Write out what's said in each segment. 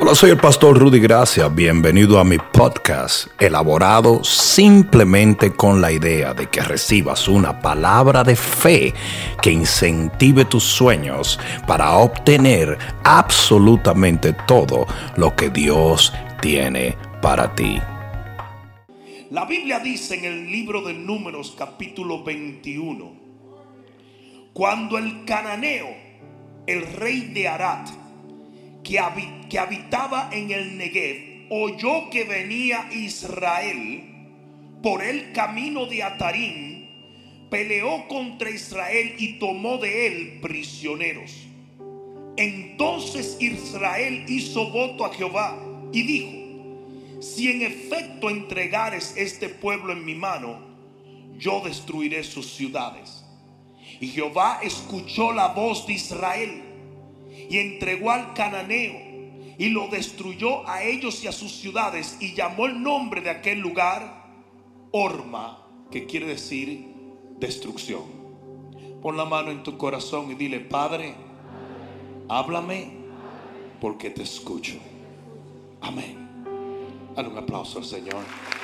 Hola, soy el pastor Rudy Gracia. Bienvenido a mi podcast, elaborado simplemente con la idea de que recibas una palabra de fe que incentive tus sueños para obtener absolutamente todo lo que Dios tiene para ti. La Biblia dice en el libro de Números capítulo 21, cuando el cananeo, el rey de Arad, que habitaba en el Negev, oyó que venía Israel por el camino de Atarim, peleó contra Israel y tomó de él prisioneros. Entonces Israel hizo voto a Jehová y dijo: si en efecto entregares este pueblo en mi mano, yo destruiré sus ciudades. Y Jehová escuchó la voz de Israel y entregó al cananeo y lo destruyó a ellos y a sus ciudades, y llamó el nombre de aquel lugar Horma, que quiere decir destrucción. Pon la mano en tu corazón y dile: Padre, háblame porque te escucho. Amén. Dale un aplauso al Señor.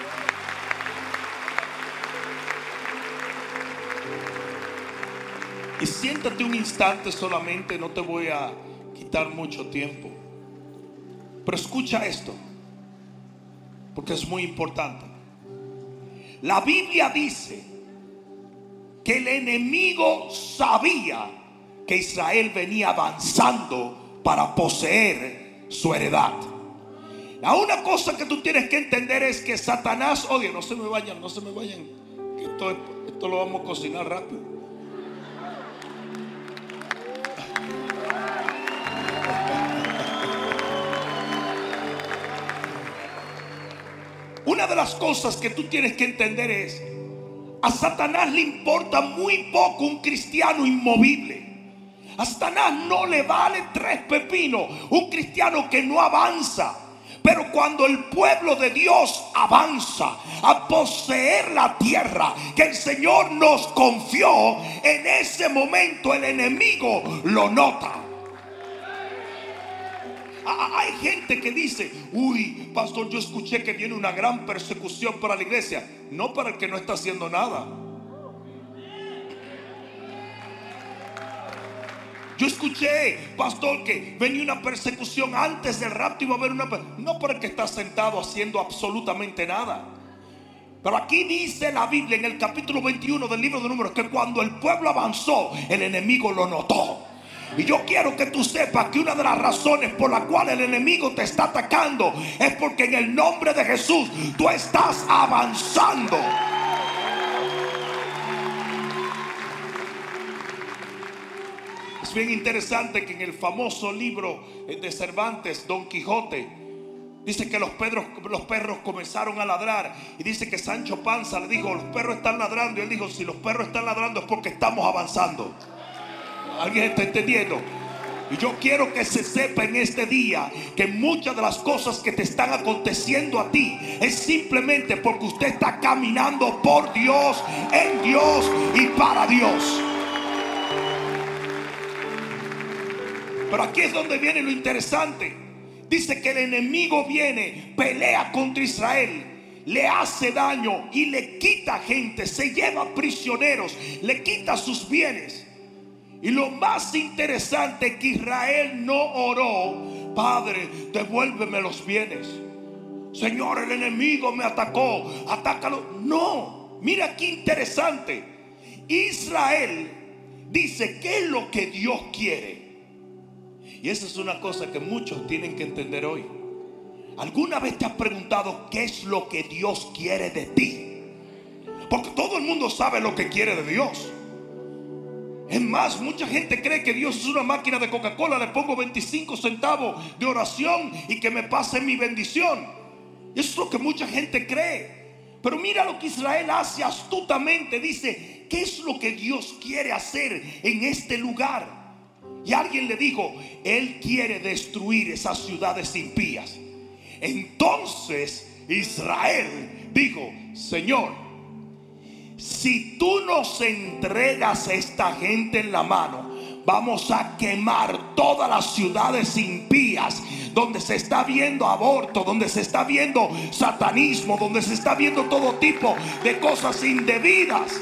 Y siéntate un instante solamente, no te voy a quitar mucho tiempo. Pero escucha esto, porque es muy importante. La Biblia dice que el enemigo sabía que Israel venía avanzando para poseer su heredad. La una cosa que tú tienes que entender es que Satanás odia. No se me vayan. Esto lo vamos a cocinar rápido. Una de las cosas que tú tienes que entender es: a Satanás le importa muy poco un cristiano inmovible. A Satanás no le vale tres pepinos un cristiano que no avanza. Pero cuando el pueblo de Dios avanza a poseer la tierra que el Señor nos confió, en ese momento el enemigo lo nota. Hay gente que dice: uy, pastor, yo escuché que viene una gran persecución para la iglesia. No para el que no está haciendo nada. Yo escuché, pastor, que venía una persecución antes del rapto. Iba a haber no para el que está sentado haciendo absolutamente nada. Pero aquí dice la Biblia en el capítulo 21 del libro de Números que cuando el pueblo avanzó, el enemigo lo notó. Y yo quiero que tú sepas que una de las razones por la cual el enemigo te está atacando es porque en el nombre de Jesús tú estás avanzando. Es bien interesante que en el famoso libro de Cervantes, Don Quijote, dice que los perros comenzaron a ladrar. Y dice que Sancho Panza le dijo: los perros están ladrando. Y él dijo: si los perros están ladrando es porque estamos avanzando. ¿Alguien está entendiendo? Y yo quiero que se sepa en este día que muchas de las cosas que te están aconteciendo a ti es simplemente porque usted está caminando por Dios, en Dios y para Dios. Pero aquí es donde viene lo interesante. Dice que el enemigo viene, pelea contra Israel, le hace daño y le quita gente, se lleva prisioneros, le quita sus bienes. Y lo más interesante es que Israel no oró: Padre, devuélveme los bienes. Señor, el enemigo me atacó, atácalo. No, mira qué interesante. Israel dice: ¿qué es lo que Dios quiere? Y esa es una cosa que muchos tienen que entender hoy. ¿Alguna vez te has preguntado qué es lo que Dios quiere de ti? Porque todo el mundo sabe lo que quiere de Dios. Es más, mucha gente cree que Dios es una máquina de Coca-Cola. Le pongo 25 centavos de oración y que me pase mi bendición. Eso es lo que mucha gente cree. Pero mira lo que Israel hace astutamente. Dice: ¿qué es lo que Dios quiere hacer en este lugar? Y alguien le dijo: Él quiere destruir esas ciudades impías. Entonces Israel dijo: Señor, si tú nos entregas a esta gente en la mano, vamos a quemar todas las ciudades impías donde se está viendo aborto, donde se está viendo satanismo, donde se está viendo todo tipo de cosas indebidas.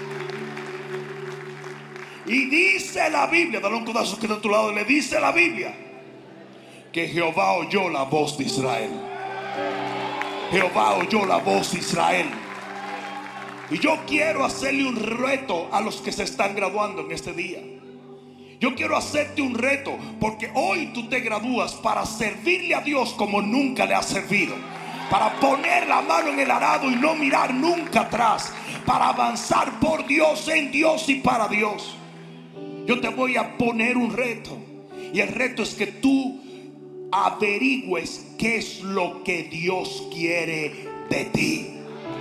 Y dice la Biblia, dale un codazo que está a tu lado, le dice la Biblia que Jehová oyó la voz de Israel. Jehová oyó la voz de Israel. Y yo quiero hacerle un reto a los que se están graduando en este día. Yo quiero hacerte un reto, porque hoy tú te gradúas para servirle a Dios como nunca le has servido, para poner la mano en el arado y no mirar nunca atrás, para avanzar por Dios, en Dios y para Dios. Yo te voy a poner un reto, y el reto es que tú averigües qué es lo que Dios quiere de ti.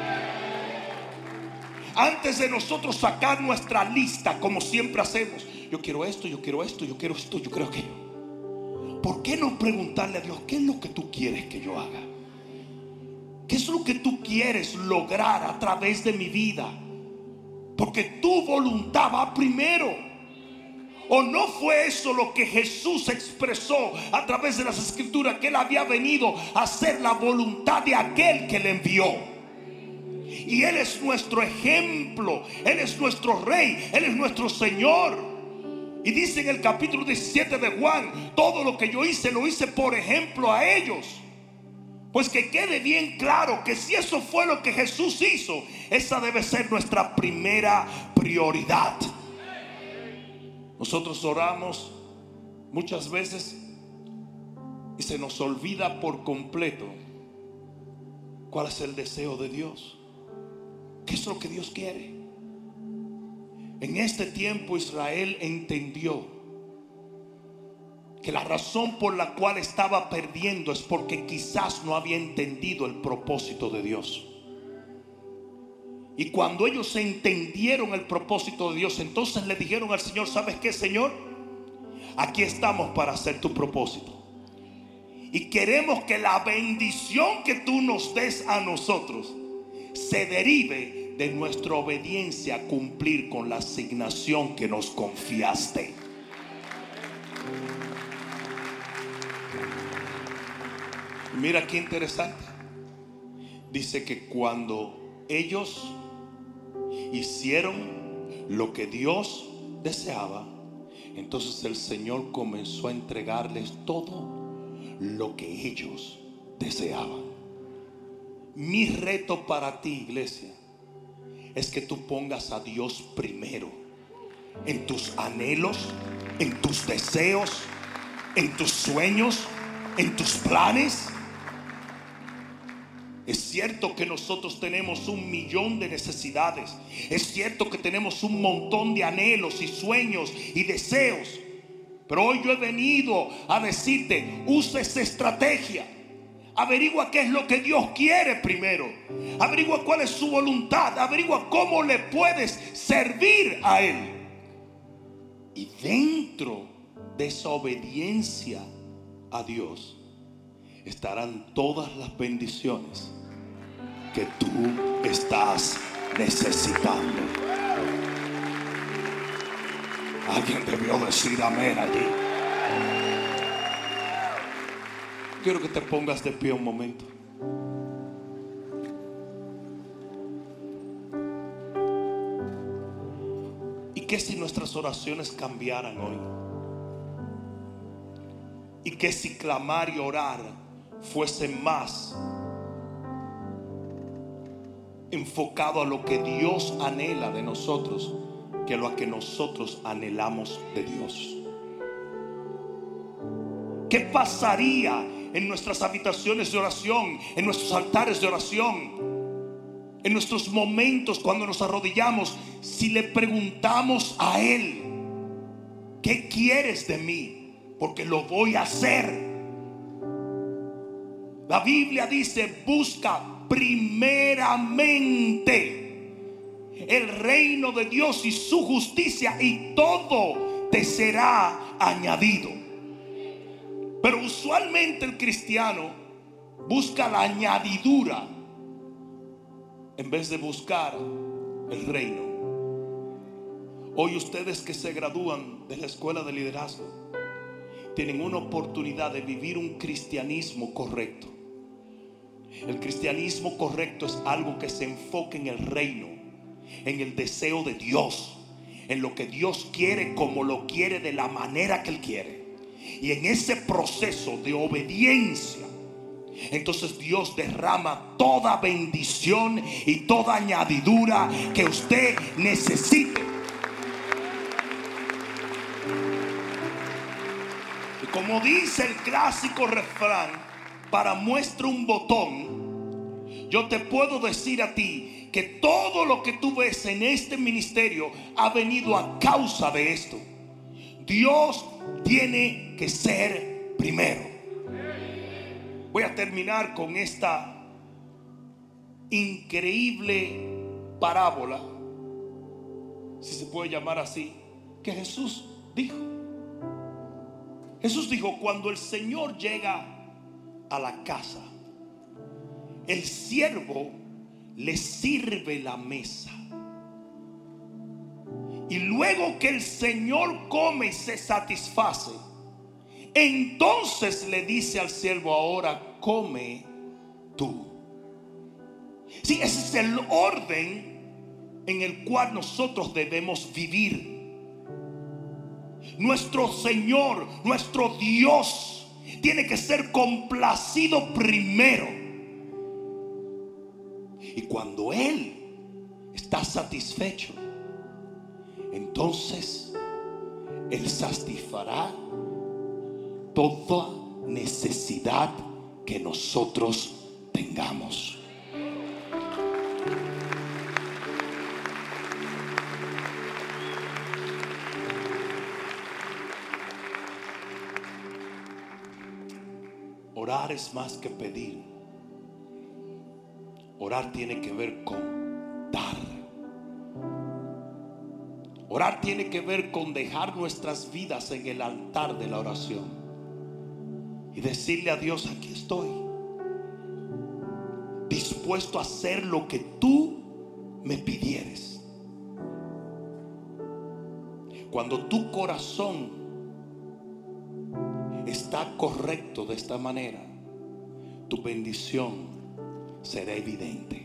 Antes de nosotros sacar nuestra lista, como siempre hacemos, yo quiero esto, yo quiero esto, yo quiero esto, yo quiero aquello. ¿Por qué no preguntarle a Dios qué es lo que tú quieres que yo haga? ¿Qué es lo que tú quieres lograr a través de mi vida? Porque tu voluntad va primero. ¿O no fue eso lo que Jesús expresó a través de las Escrituras? Que Él había venido a hacer la voluntad de aquel que le envió. Y Él es nuestro ejemplo, Él es nuestro Rey, Él es nuestro Señor. Y dice en el capítulo 17 de Juan: todo lo que yo hice, lo hice por ejemplo a ellos. Pues que quede bien claro que si eso fue lo que Jesús hizo, esa debe ser nuestra primera prioridad. Nosotros oramos muchas veces y se nos olvida por completo cuál es el deseo de Dios. ¿Qué es lo que Dios quiere? En este tiempo Israel entendió que la razón por la cual estaba perdiendo es porque quizás no había entendido el propósito de Dios. Y cuando ellos entendieron el propósito de Dios, entonces le dijeron al Señor: ¿sabes qué, Señor? Aquí estamos para hacer tu propósito. Y queremos que la bendición que tú nos des a nosotros se derive de nuestra obediencia a cumplir con la asignación que nos confiaste. Mira qué interesante. Dice que cuando ellos hicieron lo que Dios deseaba, entonces el Señor comenzó a entregarles todo lo que ellos deseaban. Mi reto para ti, iglesia, es que tú pongas a Dios primero en tus anhelos, en tus deseos, en tus sueños, en tus planes. Es cierto que nosotros tenemos 1,000,000 de necesidades. Es cierto que tenemos un montón de anhelos y sueños y deseos. Pero hoy yo he venido a decirte: usa esa estrategia. Averigua qué es lo que Dios quiere primero. Averigua cuál es su voluntad. Averigua cómo le puedes servir a Él. Y dentro de esa obediencia a Dios estarán todas las bendiciones que tú estás necesitando. Alguien debió decir amén allí. Quiero que te pongas de pie un momento. ¿Y qué si nuestras oraciones cambiaran hoy? ¿Y qué si clamar y orar fuese más enfocado a lo que Dios anhela de nosotros que lo que nosotros anhelamos de Dios? ¿Qué pasaría en nuestras habitaciones de oración, en nuestros altares de oración, en nuestros momentos cuando nos arrodillamos, si le preguntamos a Él: ¿qué quieres de mí? Porque lo voy a hacer. La Biblia dice: busca primeramente el reino de Dios y su justicia, y todo te será añadido. Pero usualmente el cristiano busca la añadidura en vez de buscar el reino. Hoy ustedes que se gradúan de la escuela de liderazgo tienen una oportunidad de vivir un cristianismo correcto. El cristianismo correcto es algo que se enfoca en el reino, en el deseo de Dios, en lo que Dios quiere, como lo quiere, de la manera que Él quiere. Y en ese proceso de obediencia, entonces Dios derrama toda bendición y toda añadidura que usted necesite. Y como dice el clásico refrán, para muestra un botón, yo te puedo decir a ti que todo lo que tú ves en este ministerio ha venido a causa de esto. Dios tiene que ser primero. Voy a terminar con esta increíble parábola, si se puede llamar así, que Jesús dijo. Jesús dijo: cuando el Señor llega a la casa, el siervo le sirve la mesa. Y luego que el Señor come y se satisface, entonces le dice al siervo: ahora come tú. Sí, ese es el orden en el cual nosotros debemos vivir. Nuestro Señor, nuestro Dios, tiene que ser complacido primero. Y cuando Él está satisfecho, entonces Él satisfará toda necesidad que nosotros tengamos. Orar es más que pedir. Orar tiene que ver con dar. Orar tiene que ver con dejar nuestras vidas en el altar de la oración y decirle a Dios: aquí estoy, dispuesto a hacer lo que tú me pidieres. Cuando tu corazón está correcto de esta manera, tu bendición será evidente.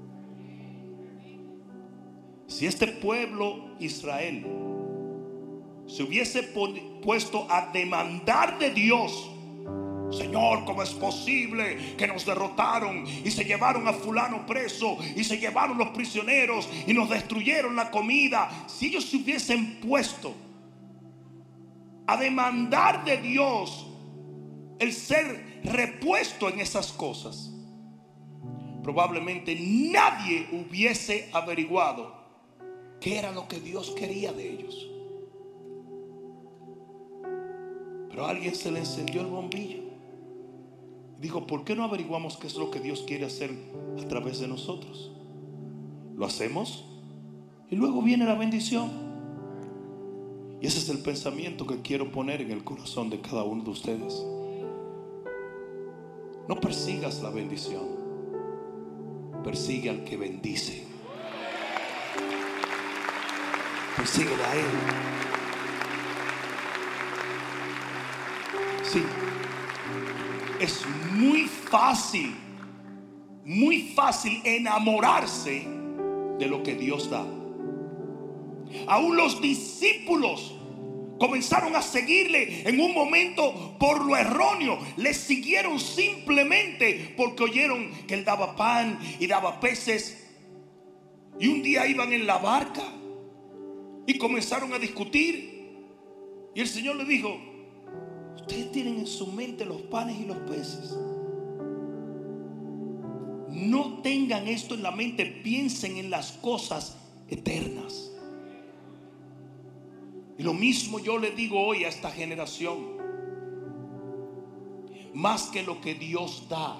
Si este pueblo Israel se hubiese puesto a demandar de Dios: Señor, ¿cómo es posible que nos derrotaron y se llevaron a fulano preso y se llevaron los prisioneros y nos destruyeron la comida? Si ellos se hubiesen puesto a demandar de Dios el ser repuesto en esas cosas, probablemente nadie hubiese averiguado qué era lo que Dios quería de ellos. Pero a alguien se le encendió el bombillo y dijo: ¿por qué no averiguamos qué es lo que Dios quiere hacer a través de nosotros? Lo hacemos y luego viene la bendición. Y ese es el pensamiento que quiero poner en el corazón de cada uno de ustedes. No persigas la bendición, persigue al que bendice. Persíguele a Él. Sí, es muy fácil enamorarse de lo que Dios da. Aún los discípulos comenzaron a seguirle en un momento por lo erróneo. Le siguieron simplemente porque oyeron que Él daba pan y daba peces. Y un día iban en la barca y comenzaron a discutir. Y el Señor le dijo: ustedes tienen en su mente los panes y los peces. No tengan esto en la mente, piensen en las cosas eternas. Y lo mismo yo le digo hoy a esta generación: más que lo que Dios da,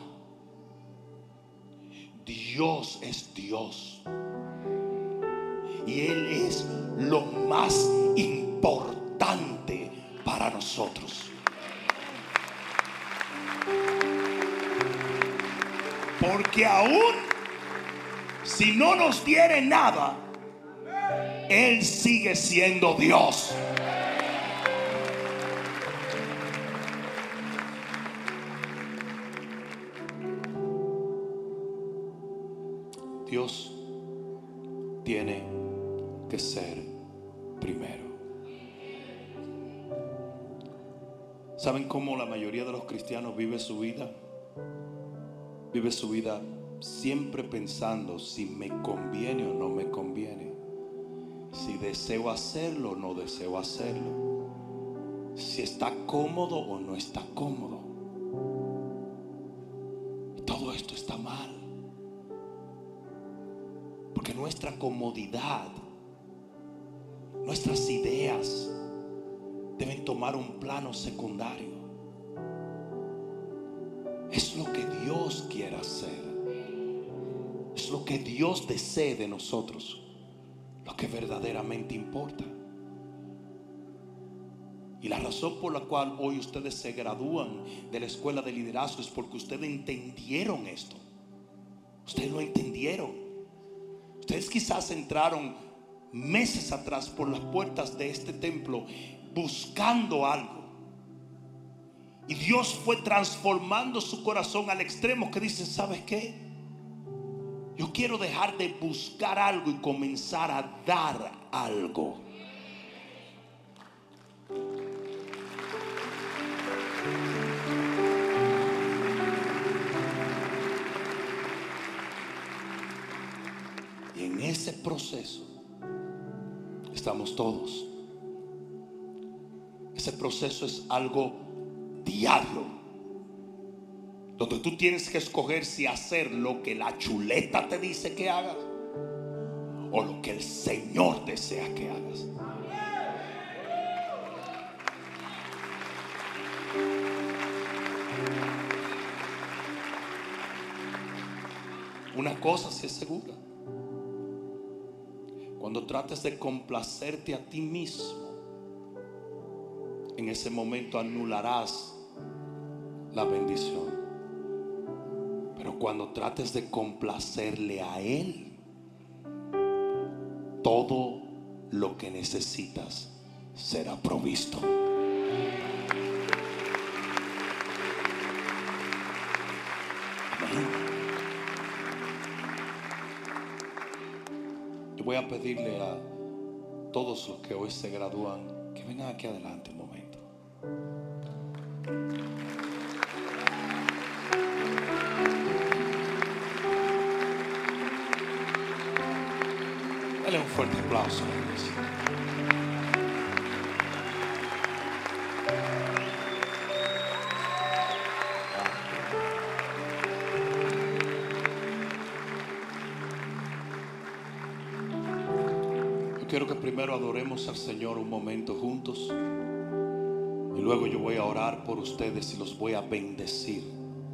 Dios es Dios. Y Él es lo más importante para nosotros. Porque aún si no nos diere nada, Él sigue siendo Dios. Dios tiene que ser primero. ¿Saben cómo la mayoría de los cristianos vive su vida? Vive su vida siempre pensando si me conviene o no me conviene, si deseo hacerlo o no deseo hacerlo, si está cómodo o no está cómodo. Y todo esto está mal, porque nuestra comodidad, nuestras ideas deben tomar un plano secundario. Es lo que Dios quiere hacer, es lo que Dios desee de nosotros, lo que verdaderamente importa. Y la razón por la cual hoy ustedes se gradúan de la escuela de liderazgo es porque ustedes entendieron esto. Ustedes lo entendieron. Ustedes quizás entraron meses atrás por las puertas de este templo buscando algo, y Dios fue transformando su corazón al extremo que dice: ¿sabes qué? Yo quiero dejar de buscar algo y comenzar a dar algo. Y en ese proceso estamos todos. Ese proceso es algo diario, donde tú tienes que escoger si hacer lo que la chuleta te dice que hagas o lo que el Señor desea que hagas. Una cosa sí es segura: cuando trates de complacerte a ti mismo, en ese momento anularás la bendición. Pero cuando trates de complacerle a Él, todo lo que necesitas será provisto. Amén. Yo voy a pedirle a todos los que hoy se gradúan que vengan aquí adelante un momento. Dale un fuerte aplauso a la iglesia. Yo quiero que primero adoremos al Señor un momento juntos, y luego yo voy a orar por ustedes y los voy a bendecir.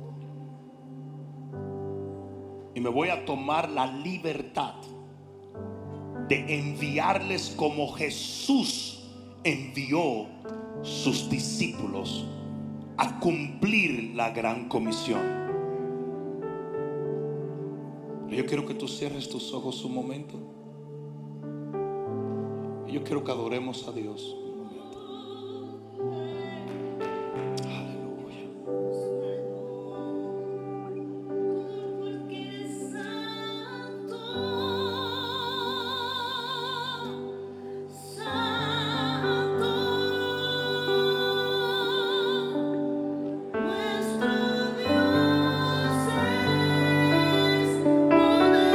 Y me voy a tomar la libertad de enviarles como Jesús envió sus discípulos a cumplir la gran comisión. Yo quiero que tú cierres tus ojos un momento. Yo quiero que adoremos a Dios.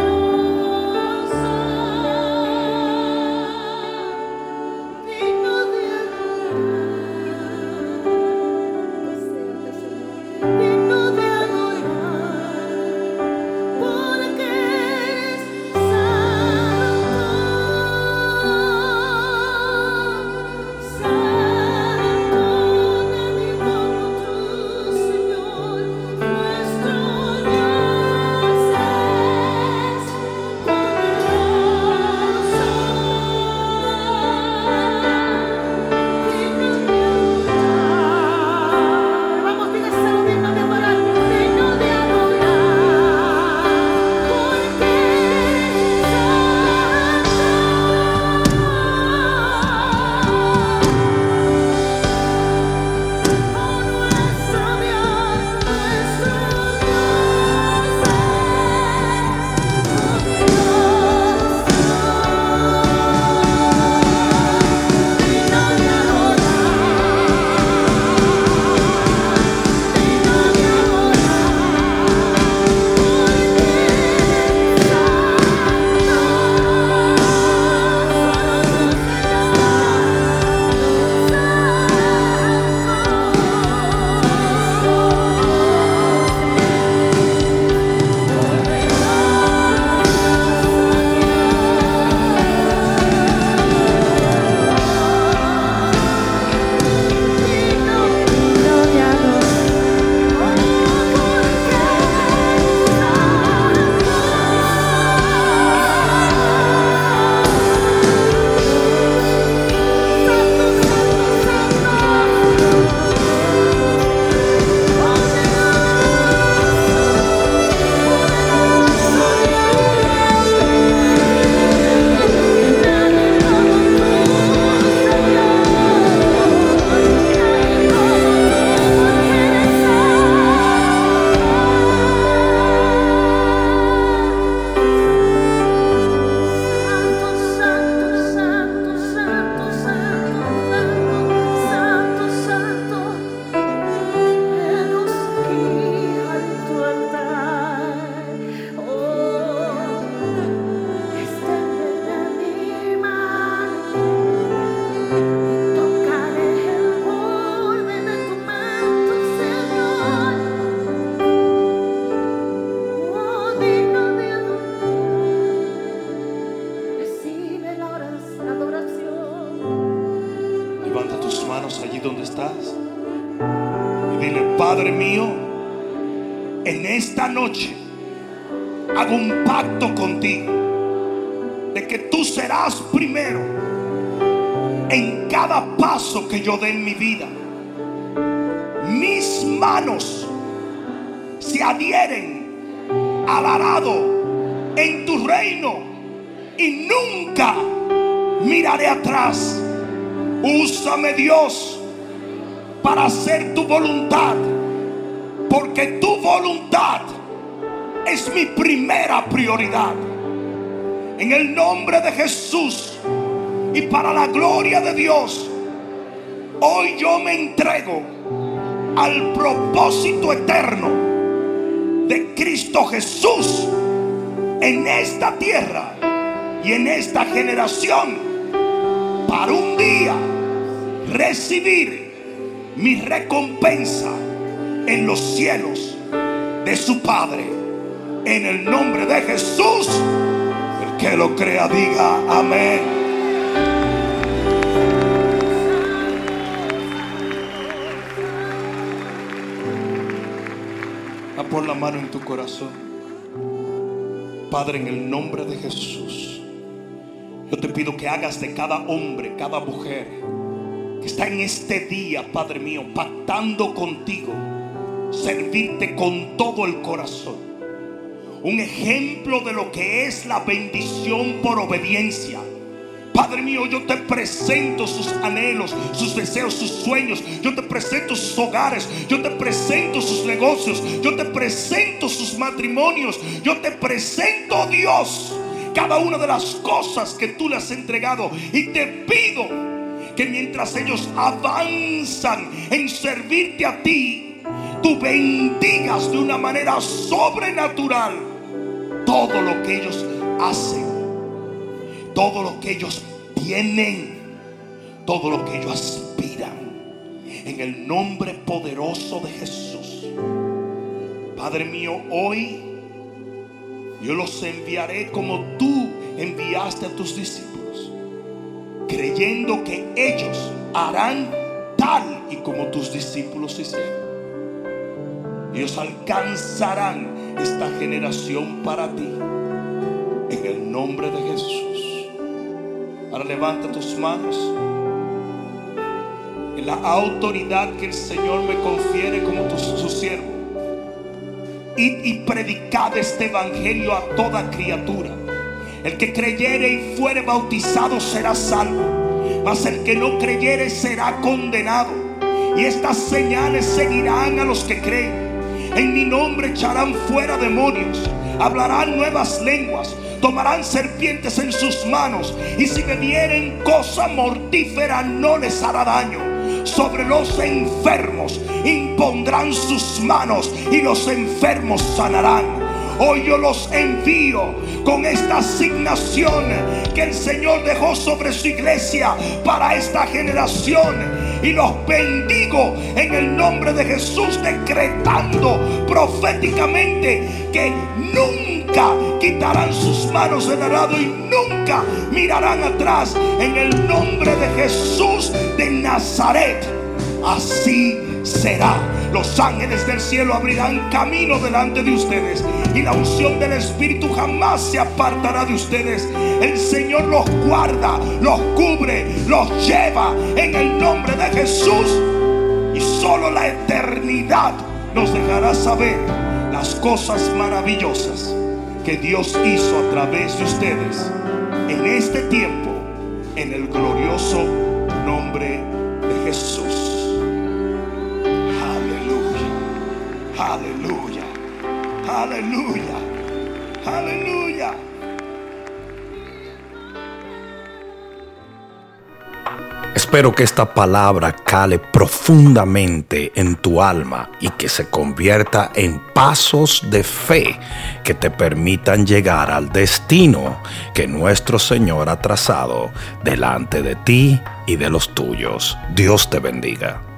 Digno En esta noche hago un pacto contigo de que tú serás primero en cada paso que yo dé en mi vida. Mis manos se adhieren al arado en tu reino y nunca miraré atrás. Úsame, Dios, para hacer tu voluntad, porque tu voluntad es mi primera prioridad. En el nombre de Jesús y para la gloria de Dios, hoy yo me entrego al propósito eterno de Cristo Jesús en esta tierra y en esta generación, para un día recibir mi recompensa en los cielos de su Padre. En el nombre de Jesús, el que lo crea diga amén. Pon la mano en tu corazón. Padre, en el nombre de Jesús, yo te pido que hagas de cada hombre, cada mujer que está en este día, Padre mío, pactando contigo, servirte con todo el corazón, un ejemplo de lo que es la bendición por obediencia. Padre mío, yo te presento sus anhelos, sus deseos, sus sueños. Yo te presento sus hogares. Yo te presento sus negocios. Yo te presento sus matrimonios. Yo te presento, Dios, cada una de las cosas que tú le has entregado. Y te pido que mientras ellos avanzan en servirte a ti, tú bendigas de una manera sobrenatural todo lo que ellos hacen, todo lo que ellos tienen, todo lo que ellos aspiran, en el nombre poderoso de Jesús. Padre mío, hoy yo los enviaré como tú enviaste a tus discípulos, creyendo que ellos harán tal y como tus discípulos hicieron. Ellos alcanzarán esta generación para ti, en el nombre de Jesús. Ahora levanta tus manos en la autoridad que el Señor me confiere como su siervo. Id y predicad este evangelio a toda criatura. El que creyere y fuere bautizado será salvo, mas el que no creyere será condenado. Y estas señales seguirán a los que creen. En mi nombre echarán fuera demonios, hablarán nuevas lenguas, tomarán serpientes en sus manos, y si bebieren cosa mortífera no les hará daño. Sobre los enfermos impondrán sus manos y los enfermos sanarán. Hoy yo los envío con esta asignación que el Señor dejó sobre su iglesia para esta generación, y los bendigo en el nombre de Jesús, decretando proféticamente que nunca quitarán sus manos del arado y nunca mirarán atrás, en el nombre de Jesús de Nazaret. Así será. Los ángeles del cielo abrirán camino delante de ustedes, y la unción del Espíritu jamás se apartará de ustedes. El Señor los guarda, los cubre, los lleva en el nombre de Jesús, y solo la eternidad nos dejará saber las cosas maravillosas que Dios hizo a través de ustedes en este tiempo, en el glorioso nombre de Jesús. Aleluya, aleluya, aleluya. Espero que esta palabra cale profundamente en tu alma y que se convierta en pasos de fe que te permitan llegar al destino que nuestro Señor ha trazado delante de ti y de los tuyos. Dios te bendiga.